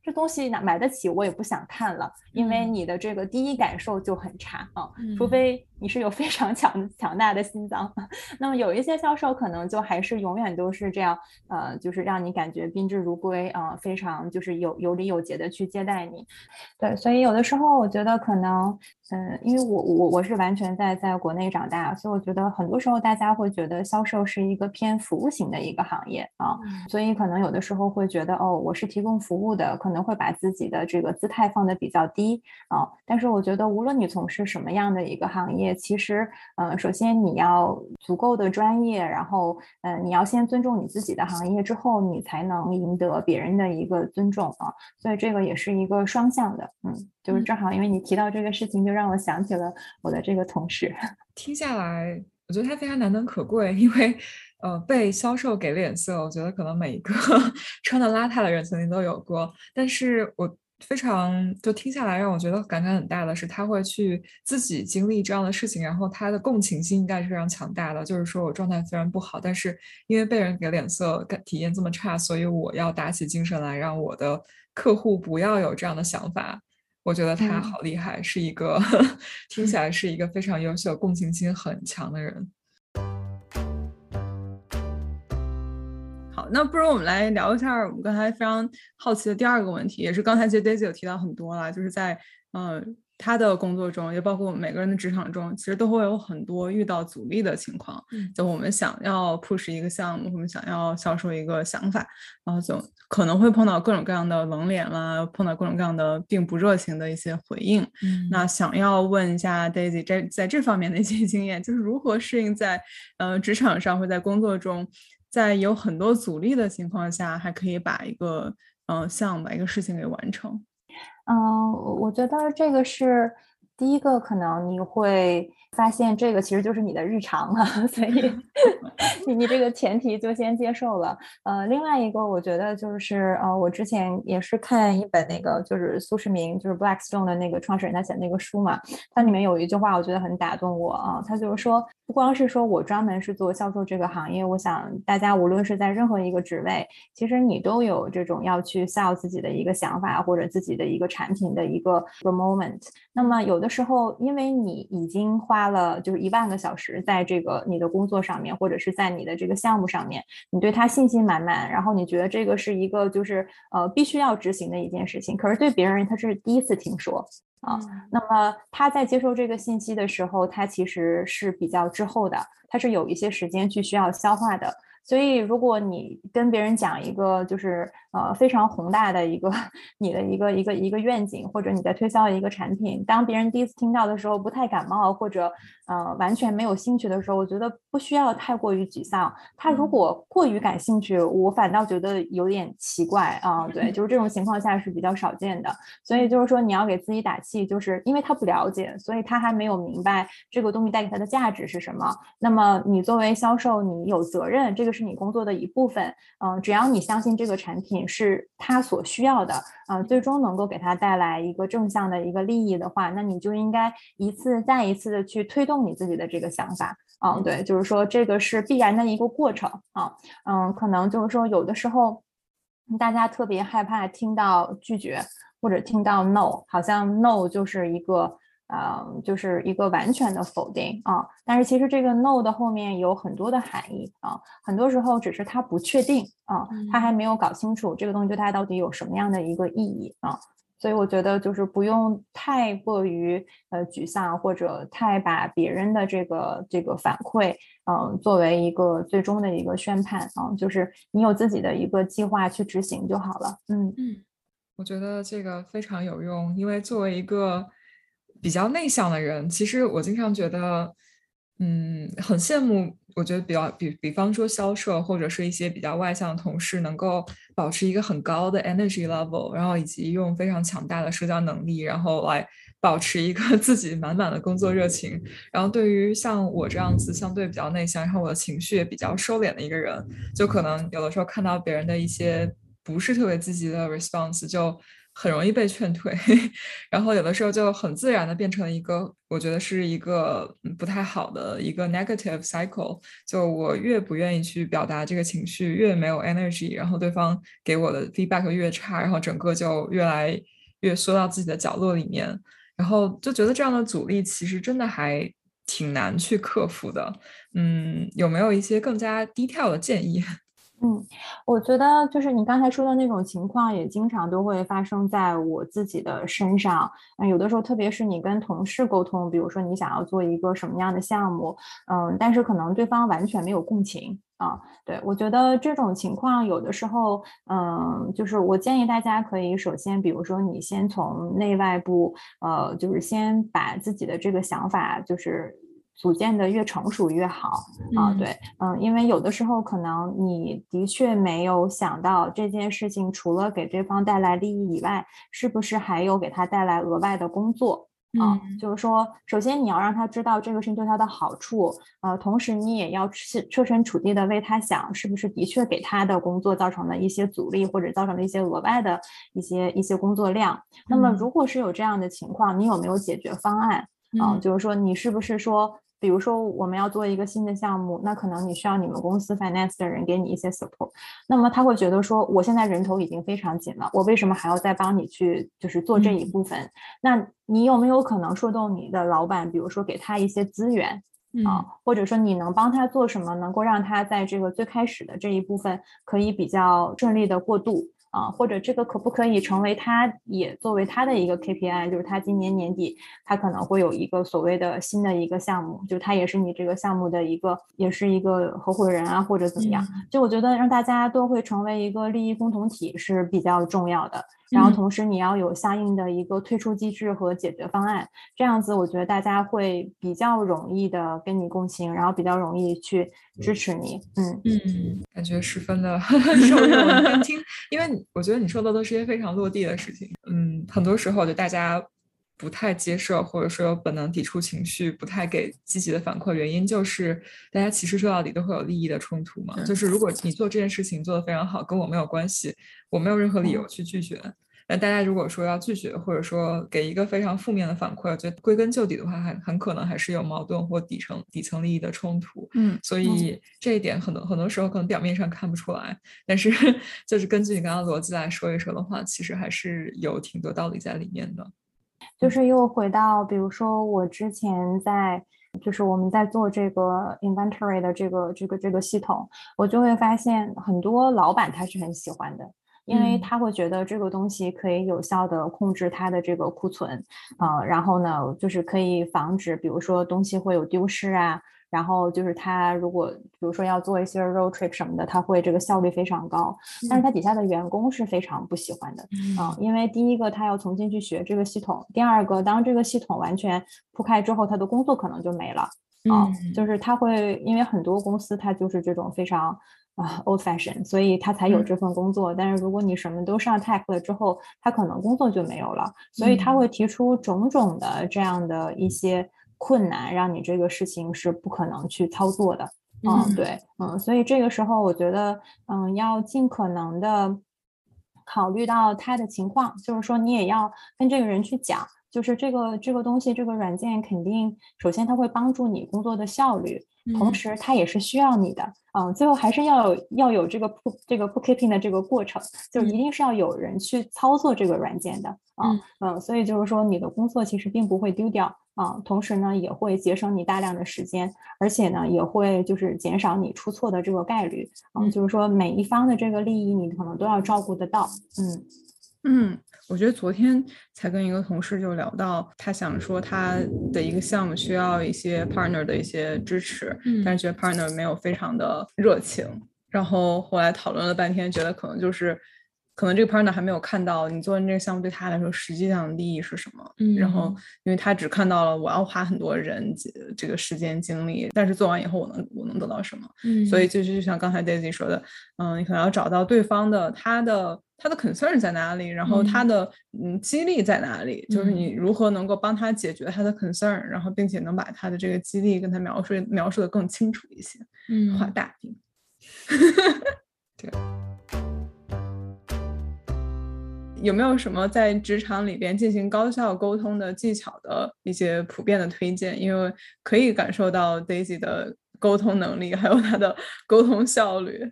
这东西买得起我也不想看了，因为你的这个第一感受就很差啊，除非你是有非常强大的心脏。那么有一些销售可能就还是永远都是这样，就是让你感觉宾至如归啊，非常就是有礼有节的去接待你。对，所以有的时候我觉得可能，因为我是完全在国内长大，所以我觉得很多时候大家会觉得销售是一个偏服务型的一个行业啊，所以可能有的时候会觉得哦，我是提供服务的，可能会把自己的这个姿态放得比较低啊。但是我觉得无论你从事什么样的一个行业，其实首先你要足够的专业，然后你要先尊重你自己的行业，之后你才能赢得别人的一个尊重啊。所以这个也是一个双向的，就是正好因为你提到这个事情，就让我想起了我的这个同事。 听下来，我觉得他非常难能可贵，因为被销售给脸色，我觉得可能每一个穿的邋遢的人曾经都有过。但是我非常就听下来，让我觉得感慨很大的是，他会去自己经历这样的事情，然后他的共情心应该是非常强大的。就是说我状态虽然不好，但是因为被人给脸色，体验这么差，所以我要打起精神来，让我的客户不要有这样的想法。我觉得他好厉害，是一个听起来是一个非常优秀、共情心很强的人。 好，那不如我们来聊一下我们刚才非常好奇的第二个问题，也是刚才其实 Daisy 有提到很多了，就是在他的工作中，也包括我们每个人的职场中，其实都会有很多遇到阻力的情况。就我们想要 push 一个项目，我们想要销售一个想法，然后就可能会碰到各种各样的冷脸啦，碰到各种各样的并不热情的一些回应。那想要问一下 Daisy 在这方面的一些经验，就是如何适应在职场上或在工作中，在有很多阻力的情况下，还可以把一个项目、把一个事情给完成。 我觉得这个是第一个，可能你会发现这个其实就是你的日常了，所以你这个前提就先接受了。另外一个我觉得就是我之前也是看一本那个就是苏世民就是 Blackstone 的那个创始人他写的那个书嘛，它里面有一句话我觉得很打动我啊，他就是说不光是说我专门是做销售这个行业，我想大家无论是在任何一个职位，其实你都有这种要去 sell 自己的一个想法或者自己的一个产品的一个 moment。那么有的时候因为你已经花了就是1万个小时在这个你的工作上面，或者是在你的这个项目上面，你对它信心满满，然后你觉得这个是一个就是必须要执行的一件事情，可是对别人他是第一次听说那么他在接受这个信息的时候，他其实是比较滞后的，他是有一些时间去需要消化的。所以如果你跟别人讲一个就是非常宏大的一个你的一个愿景，或者你在推销一个产品，当别人第一次听到的时候不太感冒，或者完全没有兴趣的时候，我觉得不需要太过于沮丧。他如果过于感兴趣，我反倒觉得有点奇怪对，就是这种情况下是比较少见的。所以就是说你要给自己打气，就是因为他不了解，所以他还没有明白这个东西带给他的价值是什么。那么你作为销售，你有责任，这个是你工作的一部分。只要你相信这个产品是他所需要的，最终能够给他带来一个正向的一个利益的话，那你就应该一次再一次的去推动你自己的这个想法。对，就是说这个是必然的一个过程可能就是说有的时候大家特别害怕听到拒绝或者听到 no， 好像 no 就是一个完全的否定但是其实这个 no 的后面有很多的含义很多时候只是他不确定他还没有搞清楚这个东西对他到底有什么样的一个意义所以我觉得就是不用太过于沮丧，或者太把别人的这个反馈作为一个最终的一个宣判就是你有自己的一个计划去执行就好了。 我觉得这个非常有用，因为作为一个比较内向的人，其实我经常觉得很羡慕，我觉得比方说销售或者是一些比较外向的同事，能够保持一个很高的 energy level， 然后以及用非常强大的社交能力，然后来保持一个自己满满的工作热情。然后对于像我这样子相对比较内向，然后我的情绪也比较收敛的一个人，就可能有的时候看到别人的一些不是特别积极的 response，就很容易被劝退，然后有的时候就很自然的变成了一个，我觉得是一个不太好的一个 negative cycle。就我越不愿意去表达这个情绪，越没有 energy，然后对方给我的 feedback 越差，然后整个就越来越缩到自己的角落里面，然后就觉得这样的阻力其实真的还挺难去克服的。有没有一些更加低调的建议？ 我觉得就是你刚才说的那种情况，也经常都会发生在我自己的身上。有的时候，特别是你跟同事沟通，比如说你想要做一个什么样的项目，但是可能对方完全没有共情啊。对，我觉得这种情况有的时候，就是我建议大家可以首先，比如说你先从内外部，就是先把自己的这个想法就是组建的越成熟越好啊。对，因为有的时候可能你的确没有想到这件事情除了给对方带来利益以外，是不是还有给他带来额外的工作。就是说，首先你要让他知道这个事情对他的好处，同时你也要设身处地的为他想，是不是的确给他的工作造成了一些阻力，或者造成了一些额外的一些工作量。那么如果是有这样的情况，你有没有解决方案？就是说你是不是说，比如说我们要做一个新的项目，那可能你需要你们公司 finance 的人给你一些 support， 那么他会觉得说我现在人头已经非常紧了，我为什么还要再帮你去就是做这一部分。那你有没有可能说动你的老板，比如说给他一些资源或者说你能帮他做什么能够让他在这个最开始的这一部分可以比较顺利的过渡或者这个可不可以成为他也作为他的一个 KPI， 就是他今年年底他可能会有一个所谓的新的一个项目，就他也是你这个项目的一个也是一个合伙人或者怎么样。就我觉得让大家都会成为一个利益共同体是比较重要的，然后同时你要有相应的一个退出机制和解决方案，这样子我觉得大家会比较容易的跟你共情，然后比较容易去支持你。 感觉十分的受用。因为我觉得你说的都是一些非常落地的事情。很多时候就大家不太接受，或者说有本能抵触情绪，不太给积极的反馈，原因就是大家其实说到底都会有利益的冲突嘛。就是如果你做这件事情做得非常好，跟我没有关系，我没有任何理由去拒绝。那大家如果说要拒绝，或者说给一个非常负面的反馈，我觉得归根究底的话，很可能还是有矛盾或底层利益的冲突。所以这一点很多时候可能表面上看不出来，但是就是根据你刚刚逻辑来说一说的话，其实还是有挺多道理在里面的。 就是又回到，比如说我之前就是我们在做这个 inventory 的这个系统，我就会发现很多老板他是很喜欢的，因为他会觉得这个东西可以有效的控制他的这个库存，然后呢，就是可以防止，比如说东西会有丢失然后就是他如果比如说要做一些 road trip 什么的，他会这个效率非常高，但是他底下的员工是非常不喜欢的因为第一个他要重新去学这个系统，第二个当这个系统完全铺开之后，他的工作可能就没了就是他会因为很多公司他就是这种非常old fashion， 所以他才有这份工作但是如果你什么都上 tech 了之后，他可能工作就没有了，所以他会提出种种的这样的一些困难，让你这个事情是不可能去操作的对所以这个时候我觉得要尽可能的考虑到他的情况，就是说你也要跟这个人去讲，就是这个东西这个软件肯定首先它会帮助你工作的效率，同时它也是需要你的最后还是要有这个 bookkeeping 的这个过程，就一定是要有人去操作这个软件的所以就是说你的工作其实并不会丢掉同时呢也会节省你大量的时间，而且呢也会就是减少你出错的这个概率就是说每一方的这个利益你可能都要照顾得到我觉得昨天才跟一个同事就聊到，他想说他的一个项目需要一些 partner 的一些支持但是觉得 partner 没有非常的热情，然后后来讨论了半天，觉得可能这个 partner 还没有看到你做的这个项目对他来说实际上的利益是什么然后因为他只看到了我要花很多人这个时间精力，但是做完以后我能得到什么所以就像刚才 Daisy 说的你可能要找到对方的他的 concern 在哪里，然后他的激励在哪里就是你如何能够帮他解决他的 concern，然后并且能把他的这个激励跟他描述的更清楚一些画大饼对有没有什么在职场里边进行高效沟通的技巧的一些普遍的推荐？因为可以感受到 Daisy 的沟通能力，还有她的沟通效率。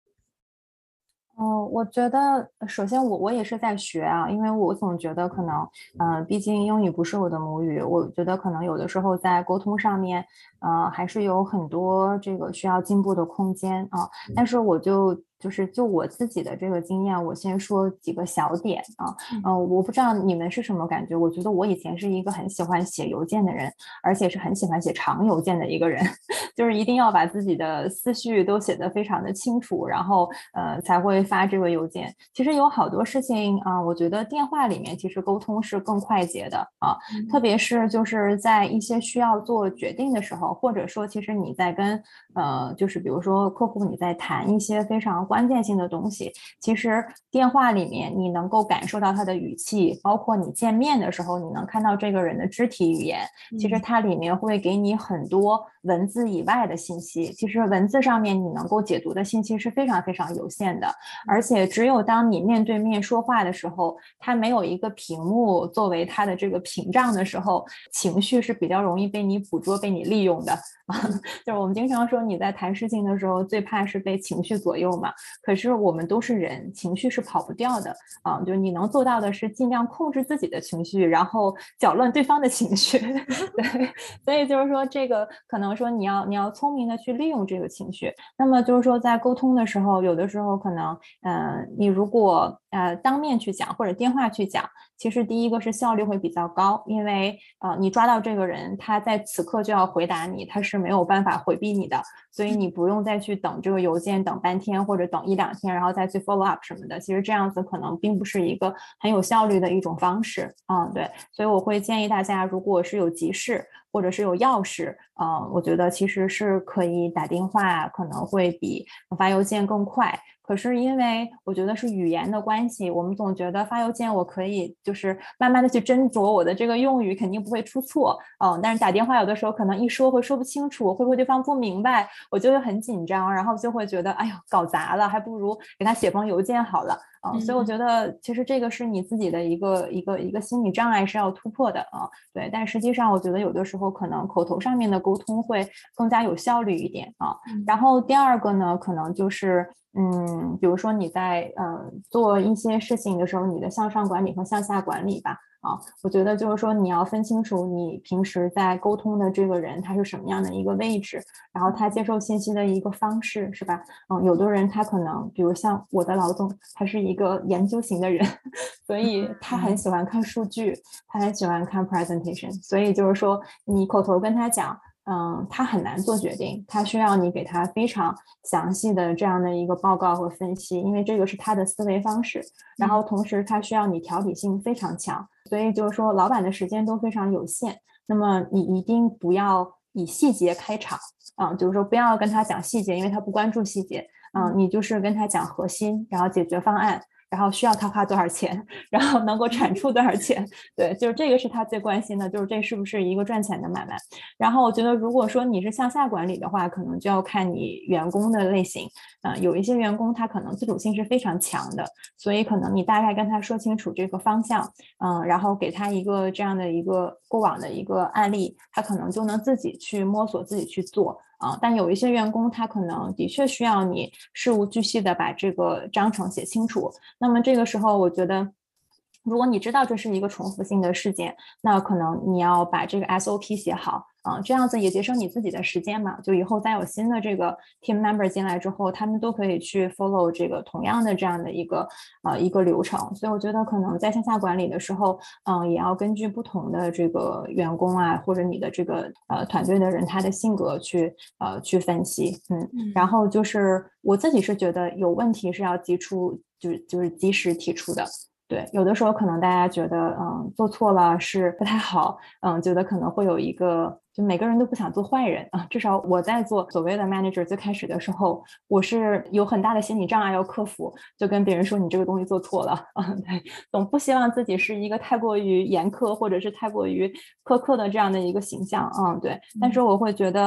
我觉得首先我也是在学啊，因为我总觉得可能，毕竟英语不是我的母语，我觉得可能有的时候在沟通上面，还是有很多这个需要进步的空间啊。但是就我自己的这个经验，我先说几个小点啊。我不知道你们是什么感觉，我觉得我以前是一个很喜欢写邮件的人，而且是很喜欢写长邮件的一个人，就是一定要把自己的思绪都写得非常的清楚，然后才会发这个邮件。其实有好多事情啊，我觉得电话里面其实沟通是更快捷的啊，特别是就是在一些需要做决定的时候，或者说其实你在跟就是比如说客户你在谈一些非常关键性的东西，其实电话里面你能够感受到他的语气，包括你见面的时候你能看到这个人的肢体语言，其实它里面会给你很多文字以外的信息，其实文字上面你能够解读的信息是非常非常有限的，而且只有当你面对面说话的时候，它没有一个屏幕作为它的这个屏障的时候，情绪是比较容易被你捕捉被你利用的。就是我们经常说你在谈事情的时候最怕是被情绪左右嘛，可是我们都是人，情绪是跑不掉的啊。就是你能做到的是尽量控制自己的情绪，然后搅乱对方的情绪。对，所以就是说这个可能说你要聪明的去利用这个情绪。那么就是说在沟通的时候，有的时候可能你如果当面去讲或者电话去讲，其实第一个是效率会比较高，因为你抓到这个人，他在此刻就要回答你，他是没有办法回避你的，所以你不用再去等这个邮件等半天或者等1-2天，然后再去 follow up 什么的。其实这样子可能并不是一个很有效率的一种方式。对，所以我会建议大家，如果是有急事或者是有要事，我觉得其实是可以打电话，可能会比发邮件更快。可是因为我觉得是语言的关系，我们总觉得发邮件我可以就是慢慢的去斟酌我的这个用语肯定不会出错，但是打电话有的时候可能一说会说不清楚，会不会对方不明白，我就会很紧张，然后就会觉得哎呦搞砸了，还不如给他写封邮件好了。所以我觉得其实这个是你自己的一个心理障碍是要突破的啊。对，但实际上我觉得有的时候可能口头上面的沟通会更加有效率一点啊。然后第二个呢，可能就是比如说你在做一些事情的时候，你的向上管理和向下管理吧。我觉得就是说你要分清楚你平时在沟通的这个人他是什么样的一个位置，然后他接受信息的一个方式，是吧？有的人他可能比如像我的老总，他是一个研究型的人，所以他很喜欢看数据，他很喜欢看 presentation， 所以就是说你口头跟他讲他很难做决定，他需要你给他非常详细的这样的一个报告和分析，因为这个是他的思维方式，然后同时他需要你条理性非常强，所以就是说老板的时间都非常有限，那么你一定不要以细节开场就是说不要跟他讲细节，因为他不关注细节你就是跟他讲核心，然后解决方案，然后需要他花多少钱，然后能够产出多少钱，对，就是这个是他最关心的，就是这是不是一个赚钱的买卖。然后我觉得如果说你是向下管理的话，可能就要看你员工的类型有一些员工他可能自主性是非常强的，所以可能你大概跟他说清楚这个方向然后给他一个这样的一个过往的一个案例，他可能就能自己去摸索自己去做但有一些员工他可能的确需要你事无巨细的把这个章程写清楚，那么这个时候我觉得如果你知道这是一个重复性的事件，那可能你要把这个 SOP 写好这样子也节省你自己的时间嘛，就以后再有新的这个 team member 进来之后，他们都可以去 follow 这个同样的这样的一个流程，所以我觉得可能在向下管理的时候也要根据不同的这个员工或者你的这个团队的人他的性格去分析然后就是我自己是觉得有问题是要就是及时提出的，对，有的时候可能大家觉得做错了是不太好觉得可能会有一个就每个人都不想做坏人至少我在做所谓的 manager 最开始的时候，我是有很大的心理障碍要克服，就跟别人说你这个东西做错了对，总不希望自己是一个太过于严苛或者是太过于苛刻的这样的一个形象对，但是我会觉得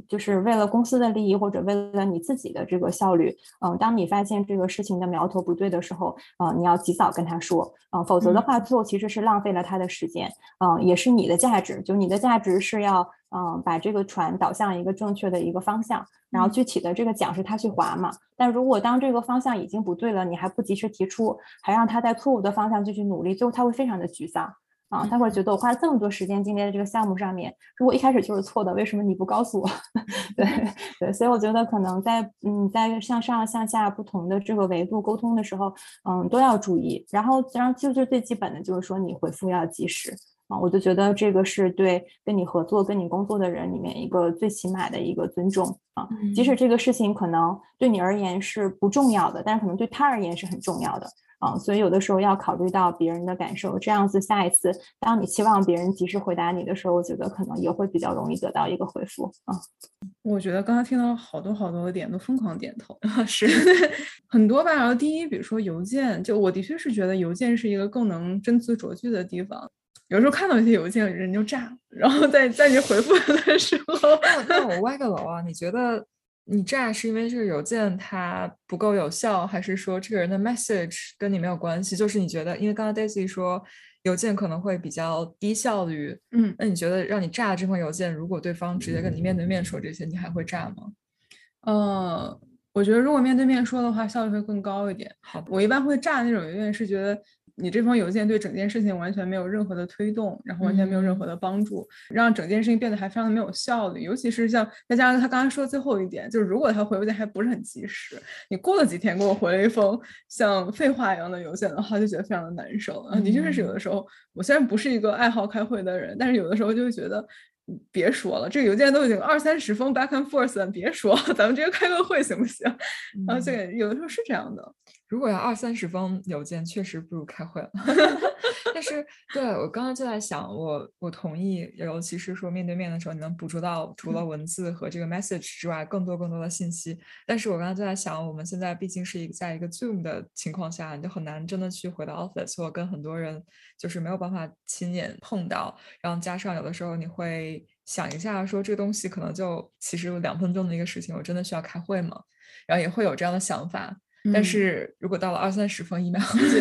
就是为了公司的利益或者为了你自己的这个效率，当你发现这个事情的苗头不对的时候，你要及早跟他说，否则的话最后其实是浪费了他的时间，也是你的价值，就你的价值是要把这个船导向一个正确的一个方向，然后具体的这个桨是他去划嘛，但如果当这个方向已经不对了，你还不及时提出，还让他在错误的方向继续努力，最后他会非常的沮丧。他会觉得我花了这么多时间精力在这个项目上面，如果一开始就是错的，为什么你不告诉我？对，所以我觉得可能在向上向下不同的这个维度沟通的时候，都要注意。然后就是最基本的就是说你回复要及时我就觉得这个是对跟你合作、跟你工作的人里面一个最起码的一个尊重即使这个事情可能对你而言是不重要的，但是可能对他而言是很重要的。所以有的时候要考虑到别人的感受，这样子下一次当你期望别人及时回答你的时候，我觉得可能也会比较容易得到一个回复我觉得刚才听到好多的点都疯狂点头是很多吧。然后第一，比如说邮件，就我的确是觉得邮件是一个更能真词酌句的地方。有时候看到一些邮件人就炸，然后在你回复的时候那我歪个楼啊，你觉得你炸是因为这个邮件它不够有效，还是说这个人的 message 跟你没有关系？就是你觉得，因为刚才 Daisy 说邮件可能会比较低效率，那你觉得让你炸的这封邮件，如果对方直接跟你面对面说这些，你还会炸吗？ 我觉得如果面对面说的话，效率会更高一点。 好， 我一般会炸那种邮件是觉得你这封邮件对整件事情完全没有任何的推动，然后完全没有任何的帮助，让整件事情变得还非常的没有效率。尤其是像再加上他刚才说的最后一点，就是如果他回邮件还不是很及时，你过了几天给我回了一封像废话一样的邮件的话，就觉得非常的难受。的确是有的时候，我虽然不是一个爱好开会的人，但是有的时候就会觉得别说了，这个邮件都已经20-30封 back and forth 了，别说，咱们直接开个会行不行？然后这个有的时候是这样的。 如果要20-30封邮件，确实不如开会了。但是，对，我刚刚就在想，我同意，尤其是说面对面的时候，你能捕捉到除了文字和这个 message 之外，更多的信息。但是我刚刚就在想，我们现在毕竟是在一个 Zoom 的情况下，你就很难真的去回到 office，或跟很多人就是没有办法亲眼碰到。然后加上有的时候你会想一下，说这个东西可能就其实有2分钟的一个事情，我真的需要开会吗？然后也会有这样的想法。但是如果到了20-30封email，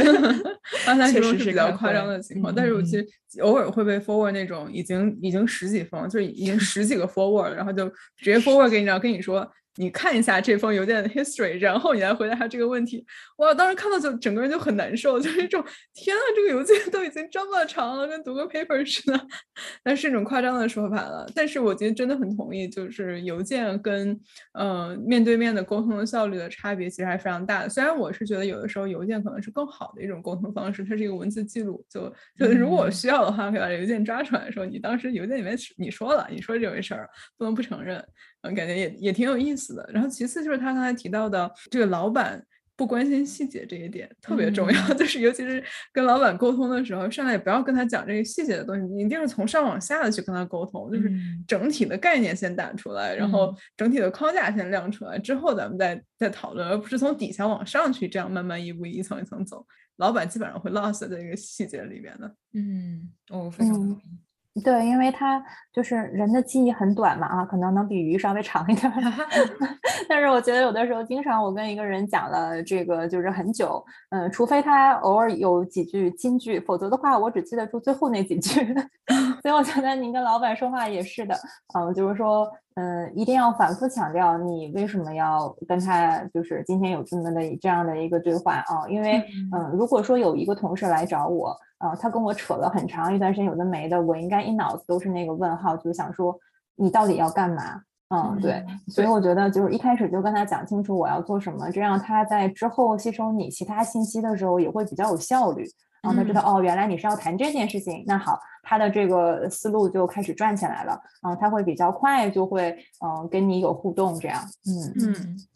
20-30封是比较夸张的情况。但是我其实偶尔会被 forward 那种已经10几封，就是已经10几个 forward 了，然后就直接 forward 给你，然后跟你说你看一下这封邮件的 history， 然后你来回答他这个问题。哇，当时看到就整个人就很难受，就是一种天啊，这个邮件都已经这么长了，跟读个 paper 似的。但是一种夸张的说法了。但是我觉得真的很同意，就是邮件跟面对面的沟通的效率的差别其实还非常大的。虽然我是觉得有的时候邮件可能是更好的一种沟通方式，它是一个文字记录，就如果我需要的话，可以把邮件抓出来说，你当时邮件里面你说了，你说这回事儿，不能不承认。感觉也挺有意思的。然后其次就是他刚才提到的这个老板不关心细节这一点特别重要，就是尤其是跟老板沟通的时候，上来也不要跟他讲这个细节的东西，你一定是从上往下的去跟他沟通，就是整体的概念先打出来，然后整体的框架先亮出来，之后咱们再讨论，而不是从底下往上去这样慢慢一层一层走。老板基本上会 lost 在这个细节里面的。 我非常同意。 对，因为他就是人的记忆很短嘛可能能比鱼稍微长一点但是我觉得有的时候经常我跟一个人讲了这个就是很久除非他偶尔有几句金句，否则的话我只记得住最后那几句所以我觉得您跟老板说话也是的就是说一定要反复强调你为什么要跟他就是今天有这样的一个对话因为如果说有一个同事来找我他跟我扯了很长一段时间有的没的，我应该一脑子都是那个问号，就想说你到底要干嘛对，所以我觉得就是一开始就跟他讲清楚我要做什么，这样他在之后吸收你其他信息的时候也会比较有效率然后他知道原来你是要谈这件事情，那好，他的这个思路就开始转起来了他会比较快就会跟你有互动这样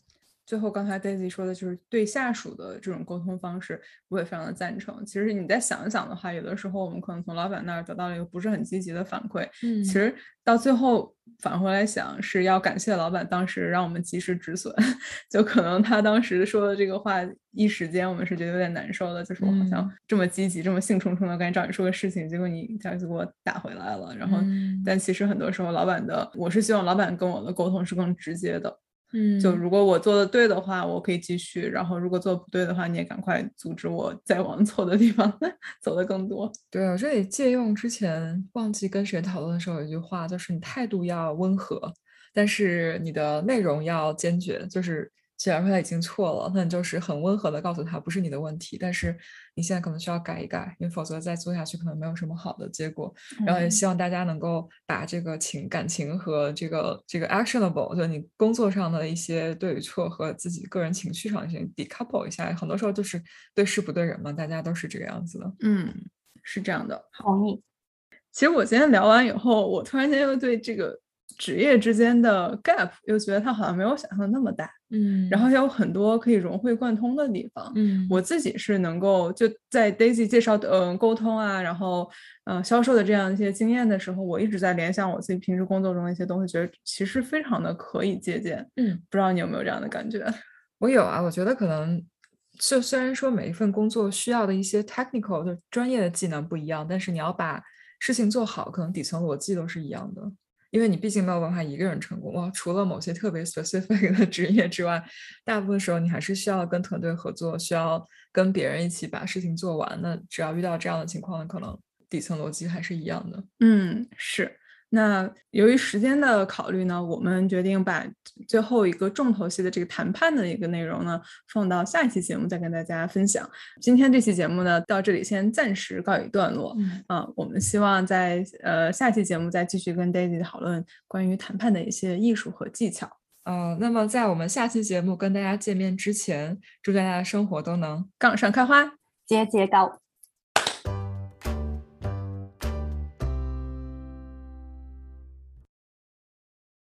最后刚才 Daisy 说的就是对下属的这种沟通方式，我也非常的赞成。其实你再想一想的话，有的时候我们可能从老板那儿得到了一个不是很积极的反馈，其实到最后返回来想是要感谢老板当时让我们及时止损，就可能他当时说的这个话，一时间我们是觉得有点难受的，就是我好像这么积极、这么兴冲冲的赶紧找你说个事情，结果你一下就给我打回来了。然后，但其实很多时候我是希望老板跟我的沟通是更直接的。就如果我做的对的话，我可以继续；然后如果做的不对的话，你也赶快阻止我再往错的地方走得更多。 对，我这里借用之前忘记跟谁讨论的时候有一句话，就是你态度要温和，但是你的内容要坚决。就是既然说他已经错了，那你就是很温和的告诉他不是你的问题，但是你现在可能需要改一改，因为否则再做下去可能没有什么好的结果。然后也希望大家能够把这个感情和这个 actionable， 就你工作上的一些对与错和自己个人情绪上一些 decouple 一下。很多时候就是对事不对人嘛，大家都是这个样子的。 是这样的， 同意。 其实我今天聊完以后，我突然间又对这个职业之间的 gap 又觉得它好像没有想象的那么大，然后有很多可以融会贯通的地方。我自己是能够就在 Daisy 介绍沟通啊，然后销售的这样一些经验的时候，我一直在联想我自己平时工作中的一些东西，觉得其实非常的可以借鉴。不知道你有没有这样的感觉？ 我有啊，我觉得可能就虽然说每一份工作需要的一些 technical 就专业的技能不一样，但是你要把事情做好，可能底层逻辑都是一样的。因为你毕竟没有办法一个人成功哇，除了某些特别 specific 的职业之外，大部分时候你还是需要跟团队合作，需要跟别人一起把事情做完。那只要遇到这样的情况，可能底层逻辑还是一样的。 是。那由于时间的考虑呢，我们决定把最后一个重头戏的这个谈判的一个内容呢，放到下一期节目再跟大家分享。今天这期节目呢，到这里先暂时告一段落。我们希望在下期节目再继续跟 Daisy 讨论关于谈判的一些艺术和技巧。 那么在我们下期节目跟大家见面之前，祝大家的生活都能杠上开花， 节节高。